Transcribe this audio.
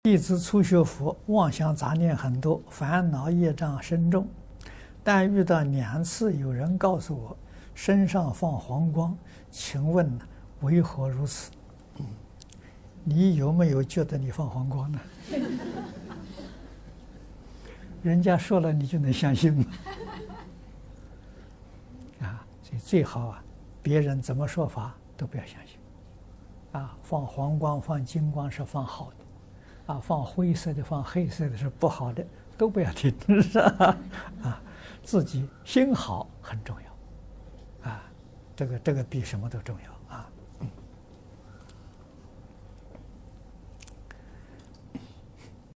弟子初学佛，妄想杂念很多，烦恼业障深重。但遇到2次有人告诉我身上放黄光，请问为何如此？你有没有觉得你放黄光呢？人家说了你就能相信吗？所以最好别人怎么说法都不要相信。放黄光、放金光是放好的，放灰色的、放黑色的是不好的，都不要听，是吧？自己心好很重要，这个比什么都重要。